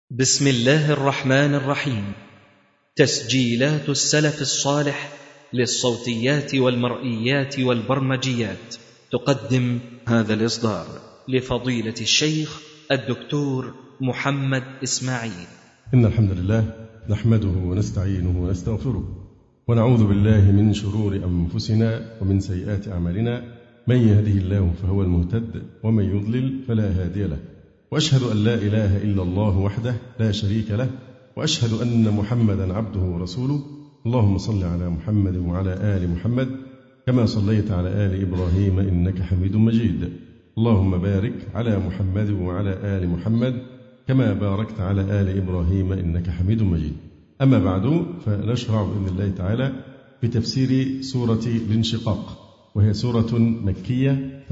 بسم الله الرحمن الرحيم. تسجيلات السلف الصالح للصوتيات والمرئيات والبرمجيات تقدم هذا الإصدار لفضيلة الشيخ الدكتور محمد إسماعيل. إن الحمد لله نحمده ونستعينه ونستغفره ونعوذ بالله من شرور أنفسنا ومن سيئات أعمالنا، من يهده الله فهو المهتد ومن يضلل فلا هادي له، وأشهد أن لا إله إلا الله وحده لا شريك له، وأشهد أن محمدا عبده ورسوله. اللهم صل على محمد وعلى آل محمد كما صليت على آل إبراهيم إنك حميد مجيد. اللهم بارك على محمد وعلى آل محمد كما باركت على آل إبراهيم إنك حميد مجيد. أما بعد، فنشرع بإذن الله تعالى بتفسير سورة الانشقاق، وهي سورة مكية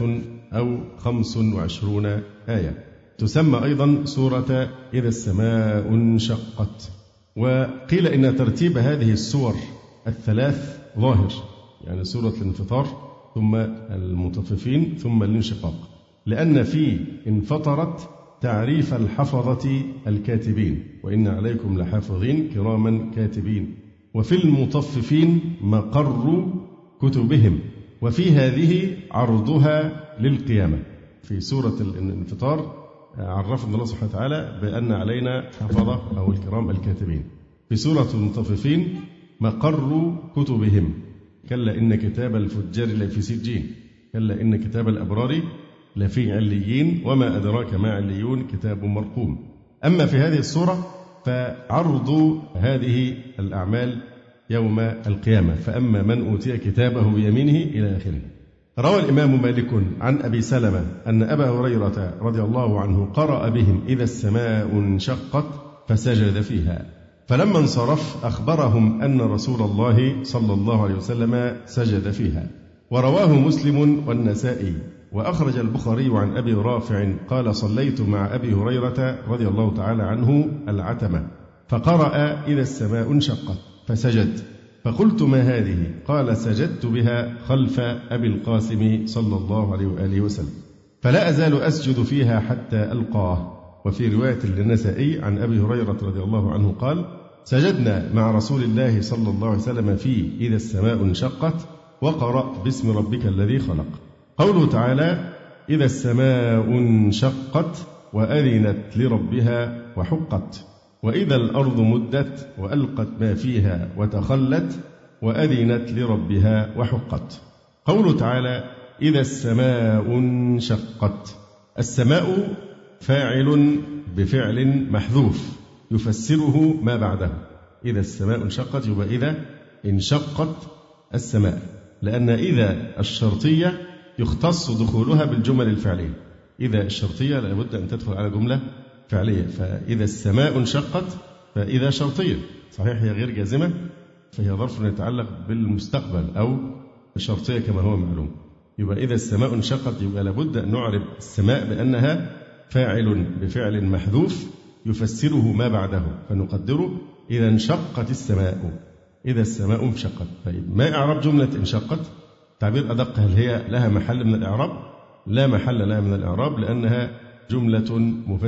25 آية، تسمى أيضا سورة إذا السماء انشقت. وقيل إن ترتيب هذه السور الثلاث ظاهر، يعني سورة الانفطار ثم المطففين ثم الانشقاق، لأن في انفطرت تعريف الحفظة الكاتبين، وإن عليكم لحافظين كراما كاتبين، وفي المطففين مقر كتبهم، وفي هذه عرضها للقيامة. في سورة الانفطار عرفنا الله سبحانه وتعالى بأن علينا حفظة أو الكرام الكاتبين. في سورة المطففين مقر كتبهم، كلا إن كتاب الفجار لفي سجين، كلا إن كتاب الأبرار لفي عليين، وما أدراك ما عليون كتاب مرقوم. أما في هذه السورة فعرض هذه الأعمال يوم القيامة، فأما من أوتي كتابه بيمينه إلى آخره. روى الإمام مالك عن أبي سلمة أن أبا هريرة رضي الله عنه قرأ بهم إذا السماء انشقت فسجد فيها، فلما انصرف أخبرهم أن رسول الله صلى الله عليه وسلم سجد فيها. ورواه مسلم والنسائي، وأخرج البخاري عن أبي رافع قال صليت مع أبي هريرة رضي الله تعالى عنه العتمة، فقرأ إذا السماء انشقت فسجد، فقلت ما هذه؟ قال سجدت بها خلف أبي القاسم صلى الله عليه وآله وسلم، فلا أزال أسجد فيها حتى ألقاه. وفي رواية للنسائي عن أبي هريرة رضي الله عنه قال سجدنا مع رسول الله صلى الله عليه وسلم في إذا السماء انشقت وقرأ باسم ربك الذي خلق. قوله تعالى إذا السماء انشقت وأذنت لربها وحقت، وإذا الأرض مدت وألقت ما فيها وتخلت وأذنت لربها وحقت. قوله تعالى إذا السماء انشقت، السماء فاعل بفعل محذوف يفسره ما بعده. إذا السماء انشقت يبقى إذا انشقت السماء، لأن إذا الشرطية يختص دخولها بالجمل الفعلية. إذا الشرطية لابد أن تدخل على جملة فعلية، فإذا السماء انشقت فإذا شرطية، صحيح هي غير جازمة، فهي ظرف يتعلق بالمستقبل أو شرطية كما هو معلوم. يبقى إذا السماء انشقت يبقى لابد أن نعرف السماء بأنها فاعل بفعل محذوف يفسره ما بعده، فنقدره إذا انشقت السماء، إذا السماء انشقت. طيب ما إعراب جملة انشقت؟ تعبير أدق، هل هي لها محل من الإعراب؟ لا محل لها من الإعراب، لأنها جملة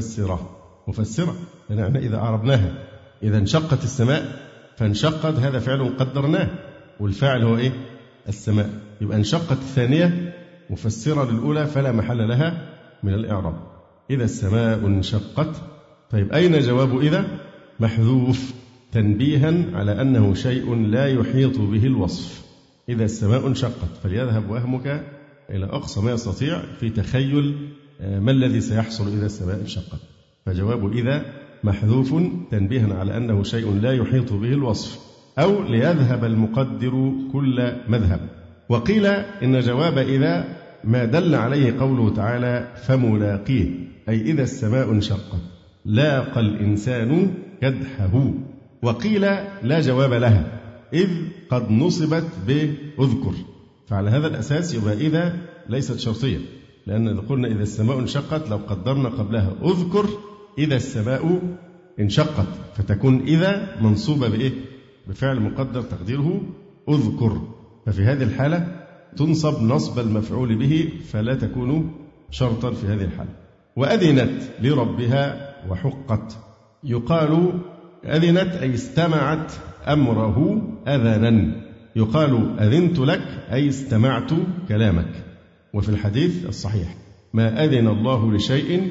مفسرة، يعني إذا أعربناها إذا انشقت السماء، فانشقت هذا فعل قدرناه، والفاعل هو إيه؟ السماء. يبقى انشقت الثانية مفسرة للأولى، فلا محل لها من الإعراب. إذا السماء انشقت. طيب أين جواب إذا؟ محذوف تنبيها على أنه شيء لا يحيط به الوصف. إذا السماء انشقت، فليذهب وهمك إلى أقصى ما يستطيع في تخيل ما الذي سيحصل إذا السماء انشقت. فجواب إذا محذوف تنبيها على أنه شيء لا يحيط به الوصف، أو ليذهب المقدر كل مذهب. وقيل إن جواب إذا ما دل عليه قوله تعالى فملاقيه، أي إذا السماء انشقت لاقى الإنسان كدحه. وقيل لا جواب لها إذ قد نصبت بأذكر، فعلى هذا الأساس يبقى إذا ليست شرطية، لأن إذا قلنا إذا السماء انشقت لو قدرنا قبلها أذكر إذا السماء انشقت، فتكون إذا منصوبة بإيه؟ بفعل مقدر تقديره أذكر، ففي هذه الحالة تنصب نصب المفعول به، فلا تكون شرطا في هذه الحالة. وأذنت لربها وحقت، يقال أذنت أي استمعت أمره أذنا، يقال أذنت لك أي استمعت كلامك. وفي الحديث الصحيح ما أذن الله لشيء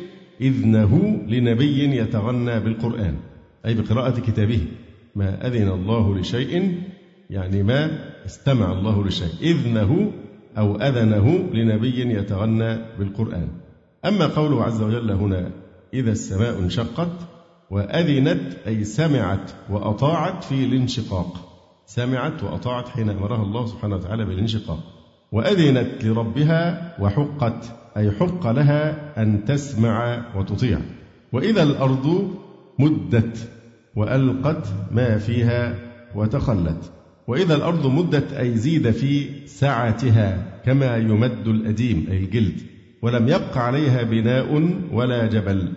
إذنه لنبي يتغنى بالقرآن، أي بقراءة كتابه. ما أذن الله لشيء يعني ما استمع الله لشيء، إذنه أو أذنه لنبي يتغنى بالقرآن. أما قوله عز وجل هنا إذا السماء انشقت، وأذنت أي سمعت وأطاعت في الانشقاق، سمعت وأطاعت حين أمرها الله سبحانه وتعالى بالانشقاق. وأذنت لربها وحقت أي حق لها أن تسمع وتطيع. وإذا الأرض مدت وألقت ما فيها وتخلت. وإذا الأرض مدت أي زيد في سعتها كما يمد الأديم أي الجلد، ولم يبق عليها بناء ولا جبل.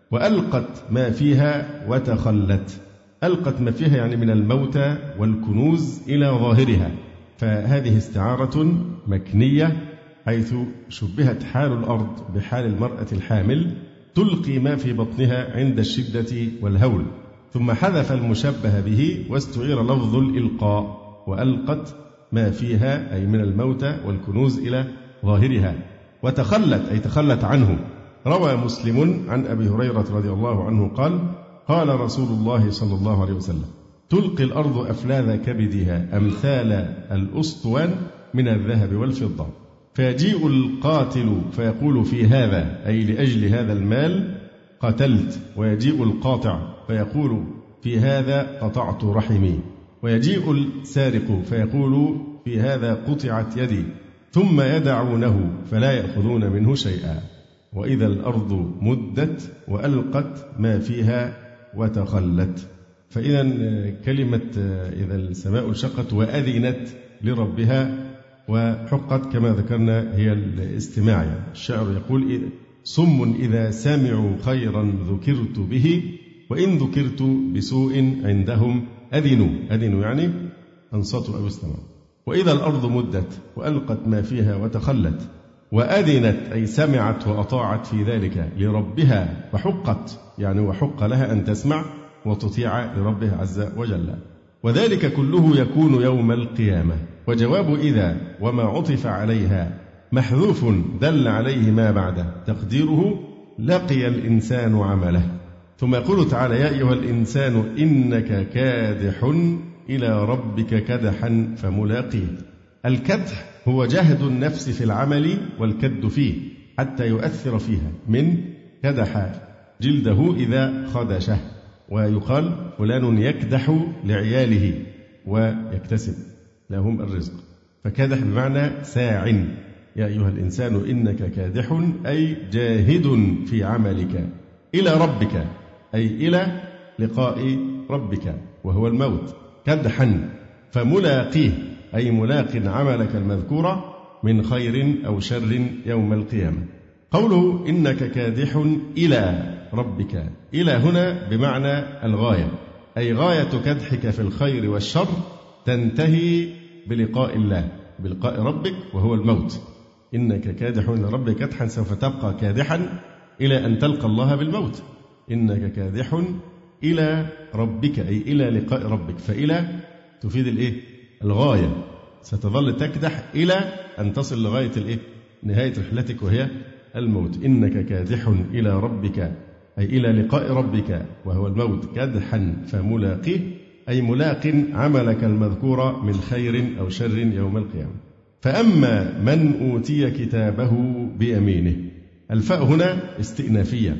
وألقت ما فيها وتخلت، ألقت ما فيها يعني من الموتى والكنوز إلى ظاهرها، فهذه استعارة مكنية، حيث شبهت حال الأرض بحال المرأة الحامل تلقي ما في بطنها عند الشدة والهول، ثم حذف المشبه به واستعير لفظ الإلقاء. وألقت ما فيها أي من الموتى والكنوز إلى ظاهرها. وتخلت أي تخلت عنه. روى مسلم عن أبي هريرة رضي الله عنه قال قال رسول الله صلى الله عليه وسلم تلقي الأرض أفلاذ كبدها أمثال الأسطوان من الذهب والفضة، فيجيء القاتل فيقول في هذا أي لأجل هذا المال قتلت، ويجيء القاطع فيقول في هذا قطعت رحمي، ويجيء السارق فيقول في هذا قطعت يدي، ثم يدعونه فلا يأخذون منه شيئا. وإذا الأرض مدت وألقت ما فيها وتخلت. فإذا كلمة إذا السماء انشقت وأذنت لربها وحقت كما ذكرنا هي الاستماع. الشاعر يقول صم إذا سمعوا خيرا ذكرت به، وإن ذكرت بسوء عندهم أذنوا يعني أنصتوا أو استمعوا. وإذا الأرض مدت وألقت ما فيها وتخلت، وأذنت أي سمعت وأطاعت في ذلك لربها، وحقت يعني وحق لها أن تسمع وتطيع لربها عز وجل. وذلك كله يكون يوم القيامة. وجواب إذا وما عطف عليها محذوف دل عليه ما بعده، تقديره لقي الإنسان عمله. ثم يقول تعالى يا أيها الإنسان إنك كادح إلى ربك كدحا فملاقيه. الكدح هو جهد النفس في العمل والكد فيه حتى يؤثر فيها، من كدح جلده إذا خدشه. ويقال فلان يكدح لعياله ويكتسب لهم الرزق، فكدح بمعنى ساع. يا أيها الإنسان إنك كادح أي جاهد في عملك إلى ربك أي إلى لقاء ربك وهو الموت، كدحا فملاقيه أي ملاق عملك المذكور من خير أو شر يوم القيامة. قوله إنك كادح إلى ربك، إلى هنا بمعنى الغاية، أي غاية كدحك في الخير والشر تنتهي بلقاء الله، بلقاء ربك وهو الموت. إنك كادح إلى ربك كدحا، سوف تبقى كادحا إلى أن تلقى الله بالموت. إنك كادح إلى ربك أي إلى لقاء ربك، فإلى تفيد الغاية، ستظل تكدح إلى أن تصل لغاية نهاية رحلتك وهي الموت. إنك كادح إلى ربك أي إلى لقاء ربك وهو الموت كدحا فملاقيه أي ملاق عملك المذكور من خير أو شر يوم القيامة. فأما من أوتي كتابه بيمينه، الفاء هنا استئنافية،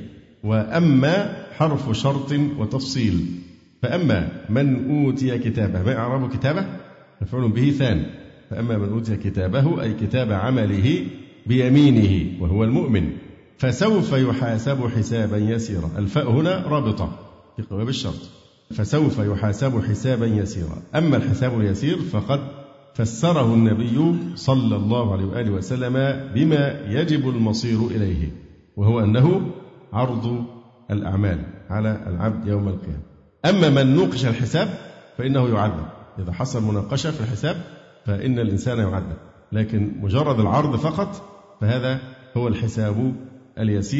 وأما حرف شرط وتفصيل. فأما من أوتي كتابه، ما إعراب كتابه؟ مفعول به ثاني. فأما من أوتي كتابه أي كتاب عمله بيمينه وهو المؤمن فسوف يحاسب حسابا يسيرا. الفاء هنا رابطة في قواب الشرط، فسوف يحاسب حسابا يسيرا. أما الحساب اليسير فقد فسره النبي صلى الله عليه وآله وسلم بما يجب المصير إليه، وهو أنه عرض الأعمال على العبد يوم القيامة. أما من نوقش الحساب فإنه يعذب، إذا حصل مناقشة في الحساب فإن الإنسان يعذب، لكن مجرد العرض فقط فهذا هو الحساب اليسير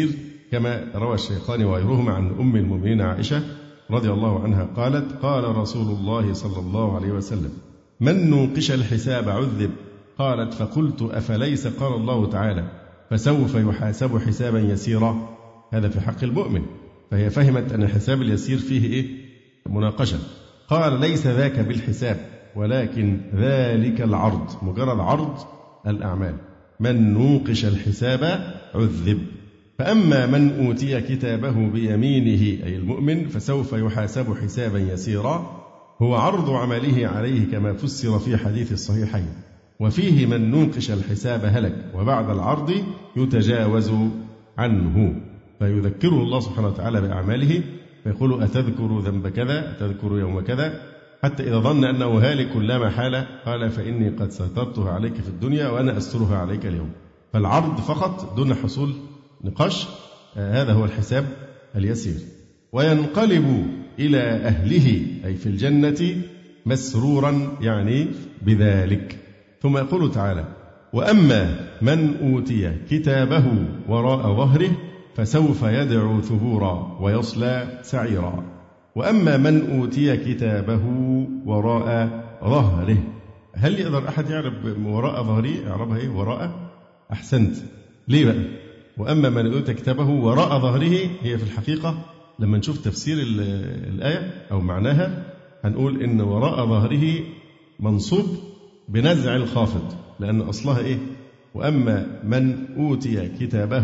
كما روى الشيخان وغيرهما عن أم المؤمنين عائشة رضي الله عنها قالت: قال رسول الله صلى الله عليه وسلم: من نوقش الحساب عذب. قالت: فقلت: أفليس قال الله تعالى: فسوف يحاسب حسابا يسيرا. هذا في حق المؤمن، فهي فهمت أن الحساب اليسير فيه مناقشة. قال: ليس ذاك بالحساب، ولكن ذلك العرض، مجرد عرض الأعمال. من نوقش الحساب عذب. فأما من أوتي كتابه بيمينه أي المؤمن فسوف يحاسب حسابا يسيرا، هو عرض عمله عليه كما فسر في حديث الصحيحين. وفيه من نوقش الحساب هلك، وبعد العرض يتجاوز عنه، فيذكره الله سبحانه وتعالى بأعماله فيقول: أتذكر ذنب كذا، أتذكر يوم كذا، حتى إذا ظن أنه هالك لا محالة قال: فإني قد سترتها عليك في الدنيا وأنا أسترها عليك اليوم. فالعرض فقط دون حصول نقاش، هذا هو الحساب اليسير. وينقلب إلى أهله أي في الجنة مسرورا، يعني بذلك. ثم يقول تعالى: وأما من أوتي كتابه وراء ظهره فسوف يدعو ثبورا ويصلى سعيرا. وأما من أوتي كتابه وراء ظهره، هل يقدر أحد يعرف وراء ظهره؟ يعرفها إيه وراء؟ أحسنت. ليه بقى؟ وأما من أوتي كتابه وراء ظهره، هي في الحقيقة لما نشوف تفسير الآية أو معناها هنقول إن وراء ظهره منصوب بنزع الخافض، لأن أصلها إيه؟ وأما من أوتي كتابه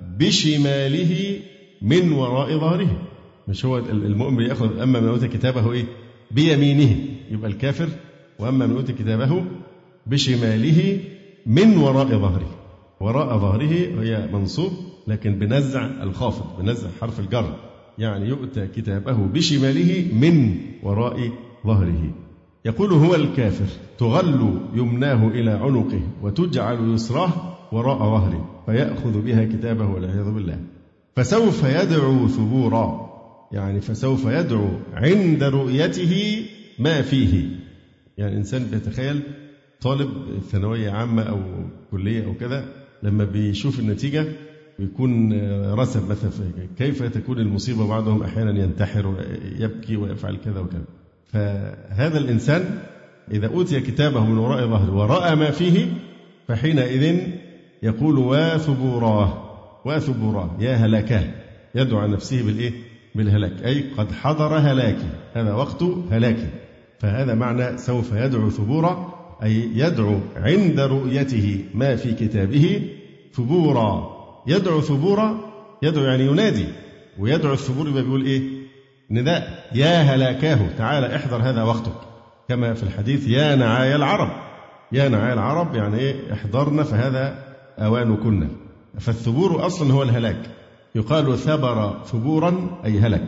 بشماله من وراء ظهره. مش هو المؤمن يأخذ أما من أوتي كتابه إيه؟ بيمينه، يبقى الكافر. وأما من أوتي كتابه بشماله من وراء ظهره. وراء ظهره هي منصوب لكن بنزع الخافض، بنزع حرف الجر، يعني يؤتى كتابه بشماله من وراء ظهره. يقول: هو الكافر تغل يمناه إلى عنقه وتجعل يسراه وراء ظهره فيأخذ بها كتابه والعياذ بالله. فسوف يدعو ثبورا، يعني فسوف يدعو عند رؤيته ما فيه. يعني إنسان بيتخيل طالب ثانوية عامة أو كلية أو كذا، لما بيشوف النتيجة ويكون رسب مثلا كيف تكون المصيبة، بعضهم أحيانا ينتحر ويبكي ويفعل كذا وكذا. فهذا الإنسان إذا أوتي كتابه من وراء ظهره ورأى ما فيه فحينئذ يقول: وثبوراه، وثبوراه، يا هلاكاه، يدعو عن نفسه بالإيه؟ بالهلاك، أي قد حضر هلاكي، هذا وقت هلاكي. فهذا معنى سوف يدعو ثبورا، أي يدعو عند رؤيته ما في كتابه ثبورا. يدعو ثبورا، يدعو يعني ينادي، ويدعو الثبور يبقى بيقول إيه؟ نداء: يا هلاكاه، تعالى احضر هذا وقتك، كما في الحديث: يا نعاي العرب. يا نعاي العرب يعني إيه؟ احضرنا فهذا أوانكن. فالثبور أصلا هو الهلاك، يقال ثبر ثبورا أي هلك،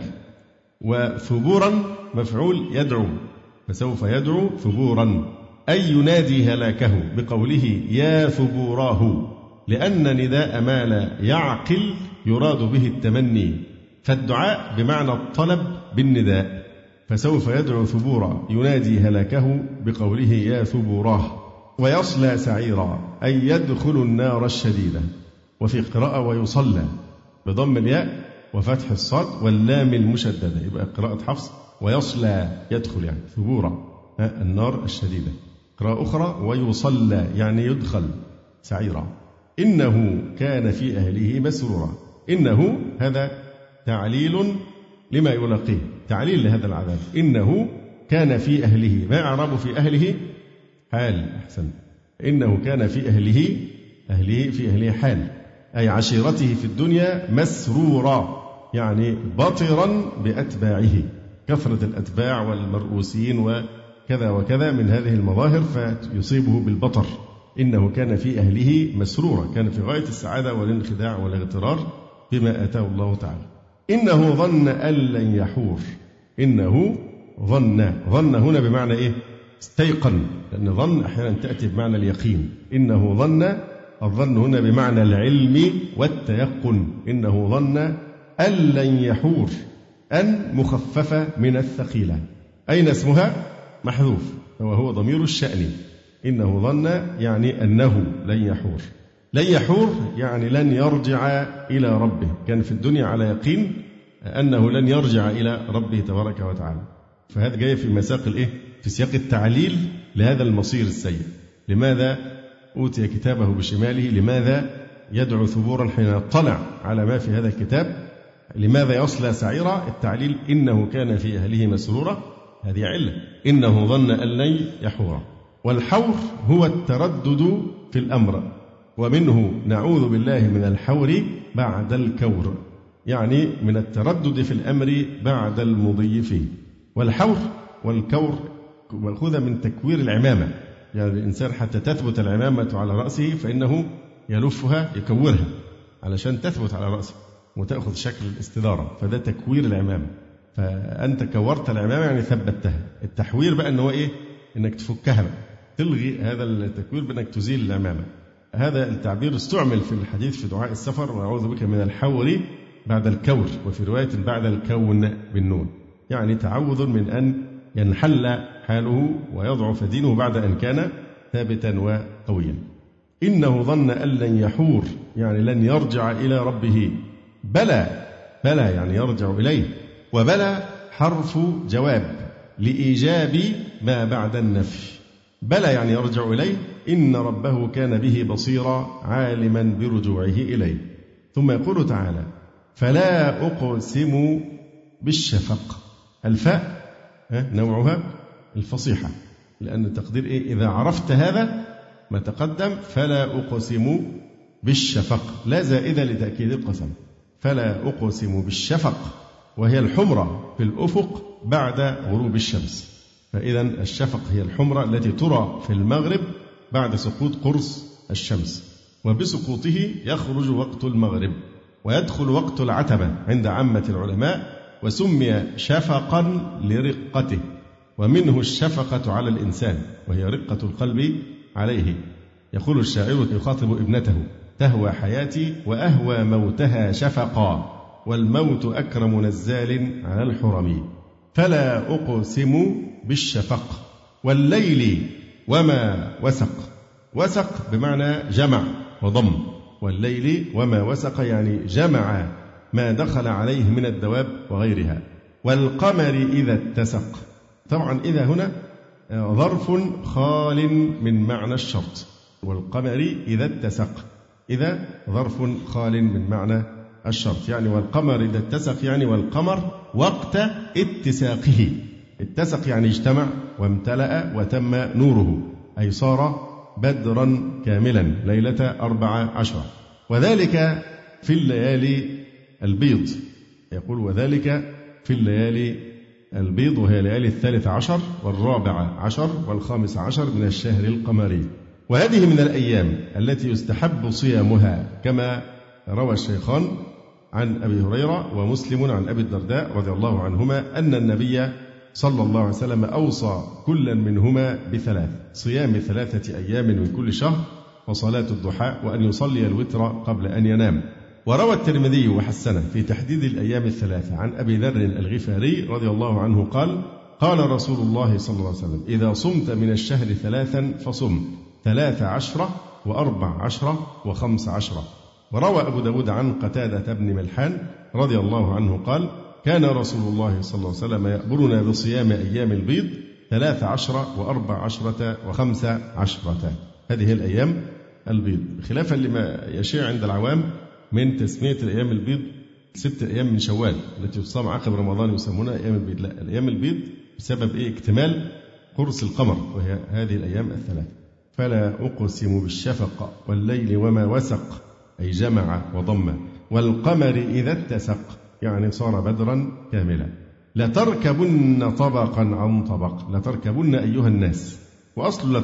وثبورا مفعول يدعو، فسوف يدعو ثبورا أي ينادي هلاكه بقوله: يا ثبوراه، لأن نداء ما لا يعقل يراد به التمني، فالدعاء بمعنى الطلب بالنداء. فسوف يدعو ثبورا ينادي هلاكه بقوله: يا ثبوراه. ويصلى سعيرا أي يدخل النار الشديدة. وفي قراءة ويصلى بضم الياء وفتح الصاد واللام المشددة، يبقى قراءة حفص ويصلى يدخل يعني ثبورا النار الشديدة. قراءة أخرى ويصلى يعني يدخل سعيرا. إنه كان في أهله مسرورا. إنه هذا تعليل لما يلاقيه، تعليل لهذا العذاب. إنه كان في أهله، ما إعراب في أهله؟ حال. أحسن. إنه كان في أهله، أهله في أهله حال، أي عشيرته في الدنيا مسرورا، يعني بطرا بأتباعه، كثرة الأتباع والمرؤوسين وكذا وكذا من هذه المظاهر فيصيبه بالبطر. إنه كان في أهله مسرورا، كان في غاية السعادة والانخداع والاغترار بما آتاه الله تعالى. إنه ظن أن لن يحور. إنه ظن هنا بمعنى إيه؟ استيقن، لأن ظن أحيانا تأتي بمعنى اليقين. إنه ظن، الظن هنا بمعنى العلم والتيقن. إنه ظن أن لن يحور، أن مخففة من الثقيلة، أين اسمها؟ محذوف، وهو ضمير الشأن. إنه ظن يعني أنه لن يحور. لن يحور يعني لن يرجع إلى ربه، كان في الدنيا على يقين أنه لن يرجع إلى ربه تبارك وتعالى. فهذا جاي في مساق في سياق التعليل لهذا المصير السيء. لماذا أوتي كتابه بشماله؟ لماذا يدعو ثبورا حين يطلع على ما في هذا الكتاب؟ لماذا يصلى سعيرا؟ التعليل إنه كان في أهله مسرورا، هذه علة. إنه ظن أن لن يحور. والحور هو التردد في الأمر، ومنه نعوذ بالله من الحور بعد الكور، يعني من التردد في الأمر بعد المضي فيه. والحور والكور مأخوذة من تكوير العمامة، يعني الإنسان حتى تثبت العمامة على رأسه فإنه يلفها يكورها علشان تثبت على رأسه وتأخذ شكل الاستدارة، فده تكوير العمامة. فأنت كورت العمامة يعني ثبتها. التحوير بقى أنه إنك تفكها بقى، تلغي هذا التكوير بأنك تزيل العمامة. هذا التعبير استعمل في الحديث في دعاء السفر: وأعوذ بك من الحور بعد الكور، وفي رواية بعد الكون بالنون، يعني تعوذ من أن ينحل حاله ويضعف دينه بعد أن كان ثابتا وقويا. إنه ظن أن لن يحور يعني لن يرجع إلى ربه. بلى يعني يرجع إليه، وبلى حرف جواب لإيجاب ما بعد النفي. بلى يعني يرجع إليه، إن ربه كان به بصيرا عالما برجوعه إليه. ثم يقول تعالى: فلا أقسم بالشفق. الفاء نوعها الفصيحة، لأن التقدير إذا عرفت هذا ما تقدم: فلا أقسم بالشفق، لا زائدة لتأكيد القسم. فلا أقسم بالشفق، وهي الحمرة في الأفق بعد غروب الشمس. فإذا الشفق هي الحمرة التي ترى في المغرب بعد سقوط قرص الشمس، وبسقوطه يخرج وقت المغرب ويدخل وقت العتمة عند عامة العلماء، وسمي شفقا لرقته، ومنه الشفقة على الإنسان وهي رقة القلب عليه. يقول الشاعر يخاطب ابنته: تهوى حياتي وأهوى موتها شفقا، والموت أكرم نزال على الحرم. فلا أقسم بالشفق. والليل وما وسق. وسق بمعنى جمع وضم، والليل وما وسق يعني جمع ما دخل عليه من الدواب وغيرها. والقمر إذا اتسق. طبعا إذا هنا ظرف خال من معنى الشرط. والقمر إذا اتسق، إذا ظرف خال من معنى الشرط، يعني والقمر إذا اتسق يعني والقمر وقت اتساقه. اتسق يعني اجتمع وامتلأ وتم نوره، أي صار بدرا كاملا ليلة 14. وذلك في الليالي البيض. يقول: وذلك في الليالي البيض، وهي ليالي 13 و14 و15 من الشهر القمري. وهذه من الأيام التي يستحب صيامها، كما روى الشيخان عن أبي هريرة ومسلم عن أبي الدرداء رضي الله عنهما أن النبي صلى الله عليه وسلم أوصى كلا منهما بثلاث: صيام 3 أيام من كل شهر، وصلاة الضحى، وأن يصلي الوتر قبل أن ينام. وروى الترمذي وحسنه في تحديد الأيام 3 عن أبي ذر الغفاري رضي الله عنه قال: قال رسول الله صلى الله عليه وسلم: إذا صمت من الشهر 3 فصم 13 و14 و15. وروى أبو داود عن قتادة بن ملحان رضي الله عنه قال: كان رسول الله صلى الله عليه وسلم يأمرنا بصيام أيام البيض 13 و14 و15. هذه الأيام البيض، خلافا لما يشيع عند العوام من تسمية الأيام البيض 6 أيام من شوال التي تصام عقب رمضان يسمونها أيام البيض. لا، الأيام البيض بسبب اكتمال قرص القمر، وهي هذه الأيام 3. فلا أقسم بالشفق والليل وما وسق، أي جمع وضم. والقمر إذا اتسق يعني صار بدرا كاملا. لتركبن طبقا عن طبق. لتركبن أيها الناس، وأصل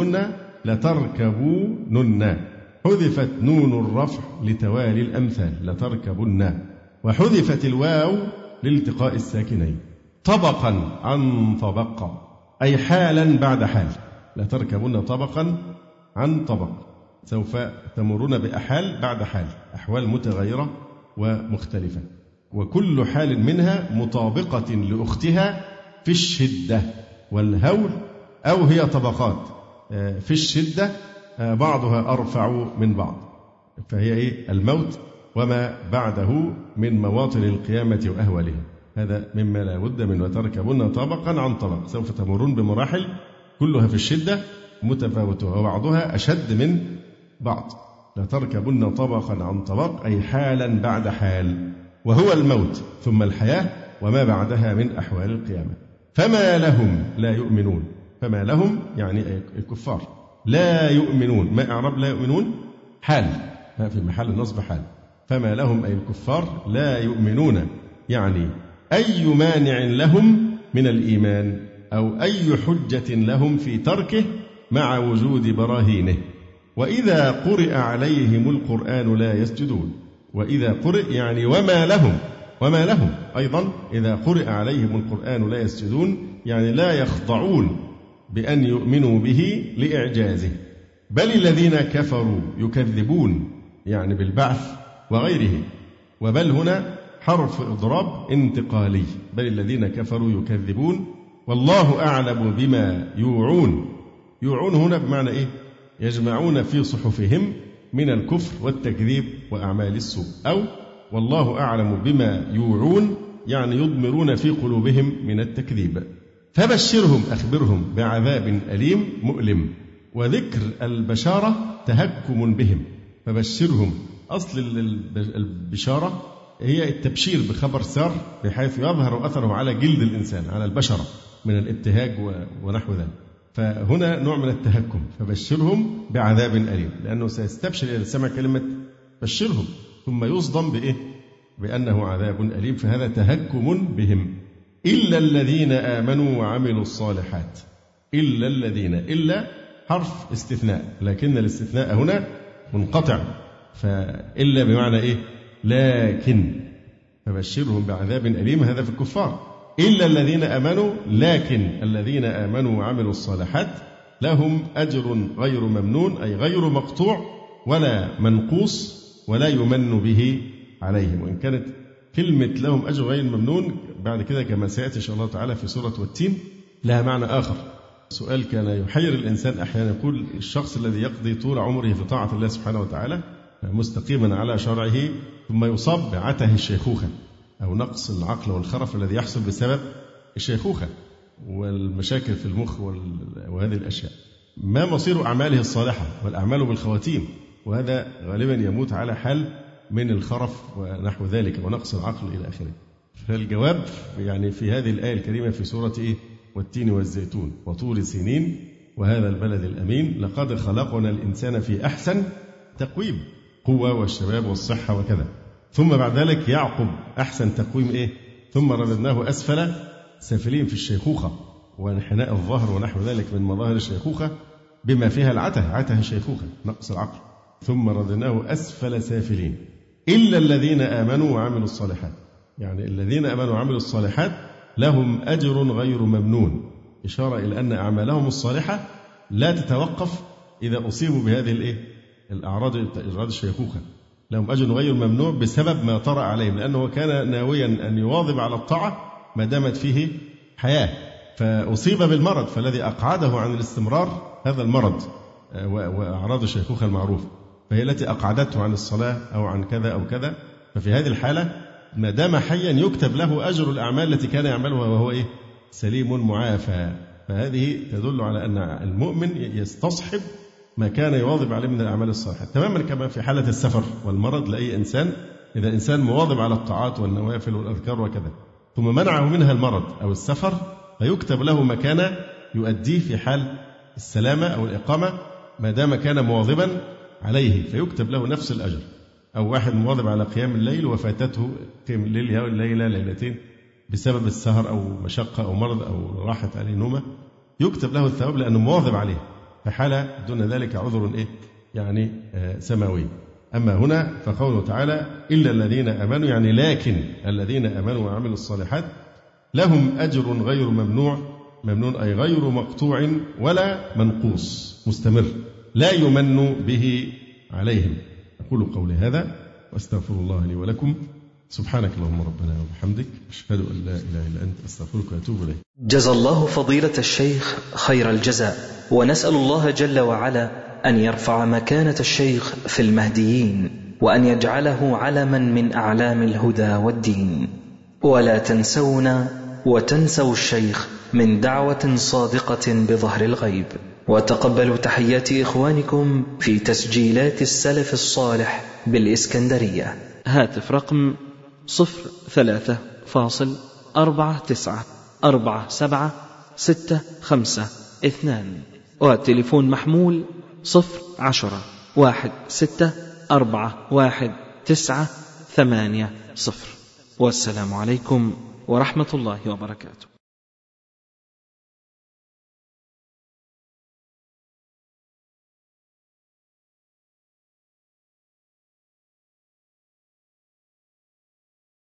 لتركبونن، حذفت نون الرفع لتوالي الأمثال لتركبن، وحذفت الواو لالتقاء الساكنين. طبقا عن طبق أي حالا بعد حال. لتركبن طبقا عن طبق، سوف تمرون بأحال بعد حال، أحوال متغيرة ومختلفة، وكل حال منها مطابقة لأختها في الشدة والهول، أو هي طبقات في الشدة بعضها أرفع من بعض. فهي الموت وما بعده من مواطن القيامة وأهوالها. هذا مما لا بد منه. وتركبن طبقا عن طبق، سوف تمرون بمراحل كلها في الشدة متفاوتة وبعضها أشد من بعض. لتركبن طبقا عن طبق أي حالا بعد حال، وهو الموت ثم الحياة وما بعدها من أحوال القيامة. فما لهم لا يؤمنون. فما لهم يعني الكفار لا يؤمنون. ما إعراب لا يؤمنون؟ حال، في محل النصب حال. فما لهم أي الكفار لا يؤمنون، يعني أي مانع لهم من الإيمان أو أي حجة لهم في تركه مع وجود براهينه. وإذا قرئ عليهم القرآن لا يسجدون. وإذا قرئ يعني وما لهم. وما لهم أيضا إذا قرئ عليهم القرآن لا يسجدون، يعني لا يخضعون بأن يؤمنوا به لإعجازه. بل الذين كفروا يكذبون، يعني بالبعث وغيره. وبل هنا حرف إضراب انتقالي. بل الذين كفروا يكذبون والله أعلم بما يوعون. يوعون هنا بمعنى يجمعون في صحفهم من الكفر والتكذيب وأعمال السوء. أو والله أعلم بما يوعون يعني يضمرون في قلوبهم من التكذيب. فبشرهم أخبرهم بعذاب أليم مؤلم. وذكر البشارة تهكم بهم. فبشرهم، أصل البشارة هي التبشير بخبر سار بحيث يظهر أثره على جلد الإنسان، على البشرة من الابتهاج ونحو ذلك. فهنا نوع من التهكم. فبشرهم بعذاب أليم، لأنه سيستبشر إذا سمع كلمة بشرهم ثم يصدم بأنه عذاب أليم، فهذا تهكم بهم. إلا الذين آمنوا وعملوا الصالحات. إلا الذين، إلا حرف استثناء، لكن الاستثناء هنا منقطع، فإلا بمعنى لكن. فبشرهم بعذاب أليم، هذا في الكفار. إلا الذين آمنوا، لكن الذين آمنوا وعملوا الصالحات لهم أجر غير ممنون، أي غير مقطوع ولا منقوص ولا يمن به عليهم. وإن كانت كلمة لهم أجر غير ممنون بعد كده كما سيأتي إن شاء الله تعالى في سورة والتين لها معنى آخر. سؤال كان يحير الإنسان أحيانا، يقول الشخص الذي يقضي طول عمره في طاعة الله سبحانه وتعالى مستقيما على شرعه ثم يصاب بعته الشيخوخة أو نقص العقل والخرف الذي يحصل بسبب الشيخوخة والمشاكل في المخ وهذه الأشياء، ما مصير أعماله الصالحة؟ والأعمال بالخواتيم، وهذا غالبا يموت على حال من الخرف ونحو ذلك ونقص العقل إلى آخره. فالجواب يعني في هذه الآية الكريمة في سورة والتين والزيتون وطور سينين وهذا البلد الأمين لقد خلقنا الإنسان في أحسن تقويم، قوة والشباب والصحة وكذا. ثم بعد ذلك يعقب أحسن تقويم ثم رددناه أسفل سافلين في الشيخوخة وانحناء الظهر ونحو ذلك من مظاهر الشيخوخة بما فيها عته الشيخوخة نقص العقل. ثم رددناه أسفل سافلين إلا الذين آمنوا وعملوا الصالحات، يعني الذين آمنوا وعملوا الصالحات لهم أجر غير ممنون، إشارة إلى أن أعمالهم الصالحة لا تتوقف إذا أصيبوا بهذه الأعراض الشيخوخة. لهم أجر غير ممنوع بسبب ما طرأ عليهم، لأنه كان ناويا أن يواظب على الطاعة ما دامت فيه حياة، فأصيب بالمرض فالذي أقعده عن الاستمرار هذا المرض وأعراض الشيخوخة المعروفة، فهي التي أقعدته عن الصلاة أو عن كذا أو كذا. ففي هذه الحالة ما دام حيا يكتب له أجر الأعمال التي كان يعملها وهو سليم معافى. فهذه تدل على أن المؤمن يستصحب ما كان يواظب عليه من الأعمال الصالحة، تماما كما في حالة السفر والمرض لأي إنسان. إذا إنسان مواظب على الطاعات والنوافل والأذكار وكذا ثم منعه منها المرض أو السفر فيكتب له ما كان يؤديه في حال السلامة أو الإقامة ما دام كان مواظبا عليه، فيكتب له نفس الأجر. أو واحد مواظب على قيام الليل وفاتته قيام الليل أو الليلة ليلتين بسبب السهر أو مشقة أو مرض أو راحت عليه نومة، يكتب له الثواب لأنه مواظب عليه، فحالة دون ذلك عذر يعني سماوي. أما هنا فقوله تعالى إلا الذين آمنوا، يعني لكن الذين آمنوا وعملوا الصالحات لهم أجر غير ممنون أي غير مقطوع ولا منقوص، مستمر لا يمن به عليهم. أقول قولي هذا وأستغفر الله لي ولكم. سبحانك اللهم ربنا وبحمدك، أشهد أن لا إله إلا أنت، أستغفرك وأتوب إليك. جزا الله فضيلة الشيخ خير الجزاء، ونسأل الله جل وعلا أن يرفع مكانة الشيخ في المهديين، وأن يجعله علما من أعلام الهدى والدين. ولا تنسونا وتنسوا الشيخ من دعوة صادقة بظهر الغيب. وتقبلوا تحيات إخوانكم في تسجيلات السلف الصالح بالإسكندرية. هاتف رقم 03.494765 والتليفون محمول 010-16411980. والسلام عليكم ورحمة الله وبركاته.